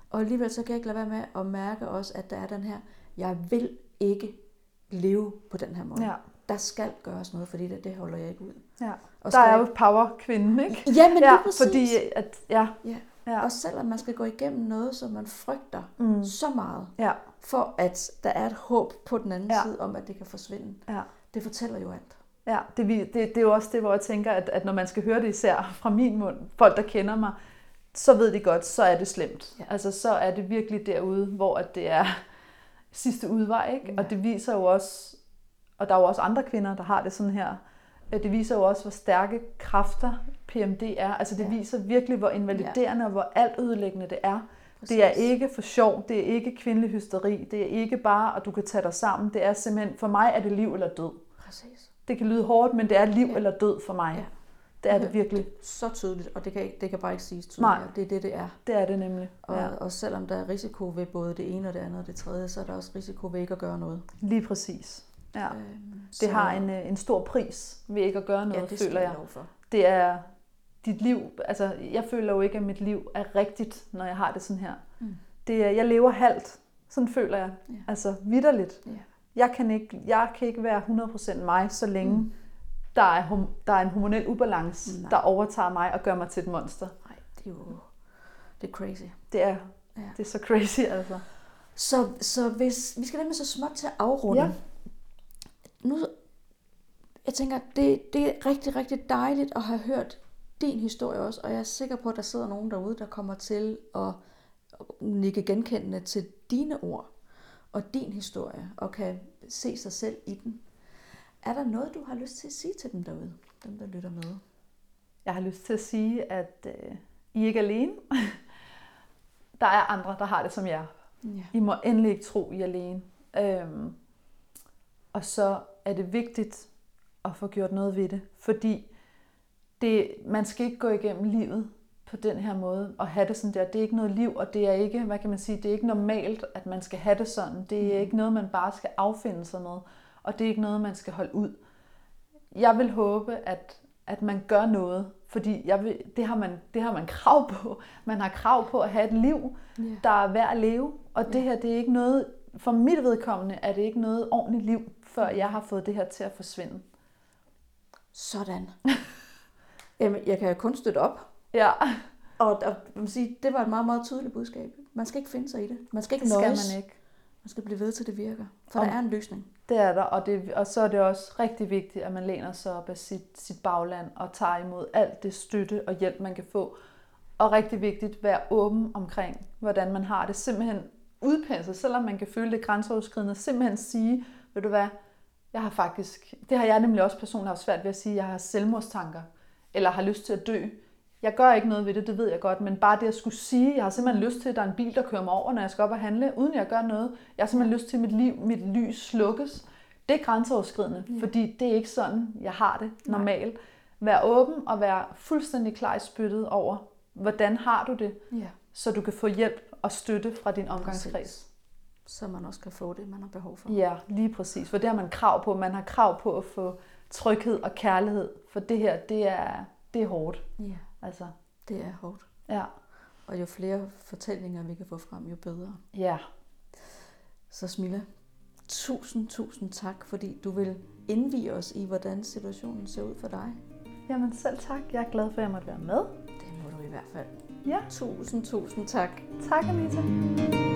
Og alligevel så kan jeg ikke lade være med at mærke også, at der er den her, jeg vil ikke leve på den her måde. Ja. Der skal gøres noget, fordi det, det holder jeg ikke ud. Ja. Og der er jo power-kvinden, ikke? Ja, men ja, lige præcis. Fordi at, ja. Ja. Ja. Og selvom man skal gå igennem noget, som man frygter mm. så meget, ja. for at der er et håb på den anden ja. side om, at det kan forsvinde. Ja. Det fortæller jo alt. Ja, det, det, det er jo også det, hvor jeg tænker, at, at når man skal høre det især fra min mund, folk der kender mig, så ved de godt, så er det slemt. Ja. Altså så er det virkelig derude, hvor at det er sidste udvej, ikke? Ja. Og det viser jo også, og der er jo også andre kvinder, der har det sådan her, det viser jo også, hvor stærke kræfter P M D er. Altså det ja. viser virkelig, hvor invaliderende ja. og hvor alt ødelæggende det er. Præcis. Det er ikke for sjov, det er ikke kvindelig hysteri, det er ikke bare, at du kan tage dig sammen. Det er simpelthen, for mig er det liv eller død. Præcis. Det kan lyde hårdt, men det er liv ja. eller død for mig. Ja. Det er det virkelig. Det er så tydeligt, og det kan, det kan bare ikke siges tydeligere. Nej. Det er det, det er. Det er det nemlig. Og, ja. og selvom der er risiko ved både det ene og det andet og det tredje, så er der også risiko ved ikke at gøre noget. Lige præcis. Ja. Øhm, det har en, en stor pris ved ikke at gøre noget, ja, det føler jeg. jeg for. Det er dit liv, altså jeg føler jo ikke, at mit liv er rigtigt, når jeg har det sådan her. Mm. Det er, jeg lever halvt, sådan føler jeg. Ja. Altså vitterligt. Ja. Jeg, kan ikke, jeg kan ikke være hundrede procent mig, så længe mm. der, er, der er en hormonel ubalance, Nej. der overtager mig og gør mig til et monster. Nej, det er jo det er crazy. Det er, ja. det er så crazy, altså. Så, så hvis, vi skal nemlig så småt til at afrunde. Ja. Nu, jeg tænker, det, det er rigtig, rigtig dejligt at have hørt din historie også, og jeg er sikker på, at der sidder nogen derude, der kommer til at nikke genkendende til dine ord og din historie, og kan se sig selv i den. Er der noget, du har lyst til at sige til dem derude, dem der lytter med? Jeg har lyst til at sige, at øh, I ikke er alene. Der er andre, der har det som jer. Ja. I må endelig ikke tro, I er alene. Øhm, og så er det vigtigt at få gjort noget ved det, fordi det, man skal ikke gå igennem livet på den her måde og have det sådan der. Det er ikke noget liv, og det er ikke, hvad kan man sige, det er ikke normalt, at man skal have det sådan. Det er ikke noget, man bare skal affinde sig med, og det er ikke noget, man skal holde ud. Jeg vil håbe, at, at man gør noget, fordi jeg vil, det, har man, det har man krav på. Man har krav på at have et liv, yeah. der er værd at leve, og yeah. det her, det er ikke noget, for mit vedkommende er det ikke noget ordentligt liv, før jeg har fået det her til at forsvinde. Sådan. Jamen, jeg kan jo kun støtte op. Ja. Og, og man sige, det var et meget, meget tydeligt budskab. Man skal ikke finde sig i det. Man skal ikke det skal nøjes. man ikke. Man skal blive ved til det virker. For og der er en løsning. Det er der, og, det, og så er det også rigtig vigtigt, at man læner sig op af sit, sit bagland og tager imod alt det støtte og hjælp, man kan få. Og rigtig vigtigt, være åben omkring, hvordan man har det. Simpelthen udpensle, selvom man kan føle det grænseoverskridende. Simpelthen sige, ved du hvad, jeg har faktisk, det har jeg nemlig også personligt haft svært ved at sige, jeg har selvmordstanker, eller har lyst til at dø. Jeg gør ikke noget ved det, det ved jeg godt, men bare det at skulle sige, jeg har simpelthen lyst til, at der er en bil, der kører mig over, når jeg skal op og handle, uden jeg gør noget. Jeg har simpelthen lyst til, at mit liv, mit lys slukkes. Det er grænseoverskridende, ja. fordi det er ikke sådan, jeg har det normalt. Nej. Vær åben og vær fuldstændig klar i spyttet over, hvordan har du det, ja. så du kan få hjælp og støtte fra din omgangskreds. Så man også kan få det, man har behov for. Ja, lige præcis. For det har man krav på. Man har krav på at få tryghed og kærlighed. For det her, det er, det er hårdt. Ja, altså. det er hårdt. Ja. Og jo flere fortællinger vi kan få frem, jo bedre. Ja. Så Smilla, tusind, tusind tak, fordi du vil indvie os i, hvordan situationen ser ud for dig. Jamen selv tak. Jeg er glad for, at jeg måtte være med. Det må du i hvert fald. Ja. Tusind, tusind tak. Tak, Anita.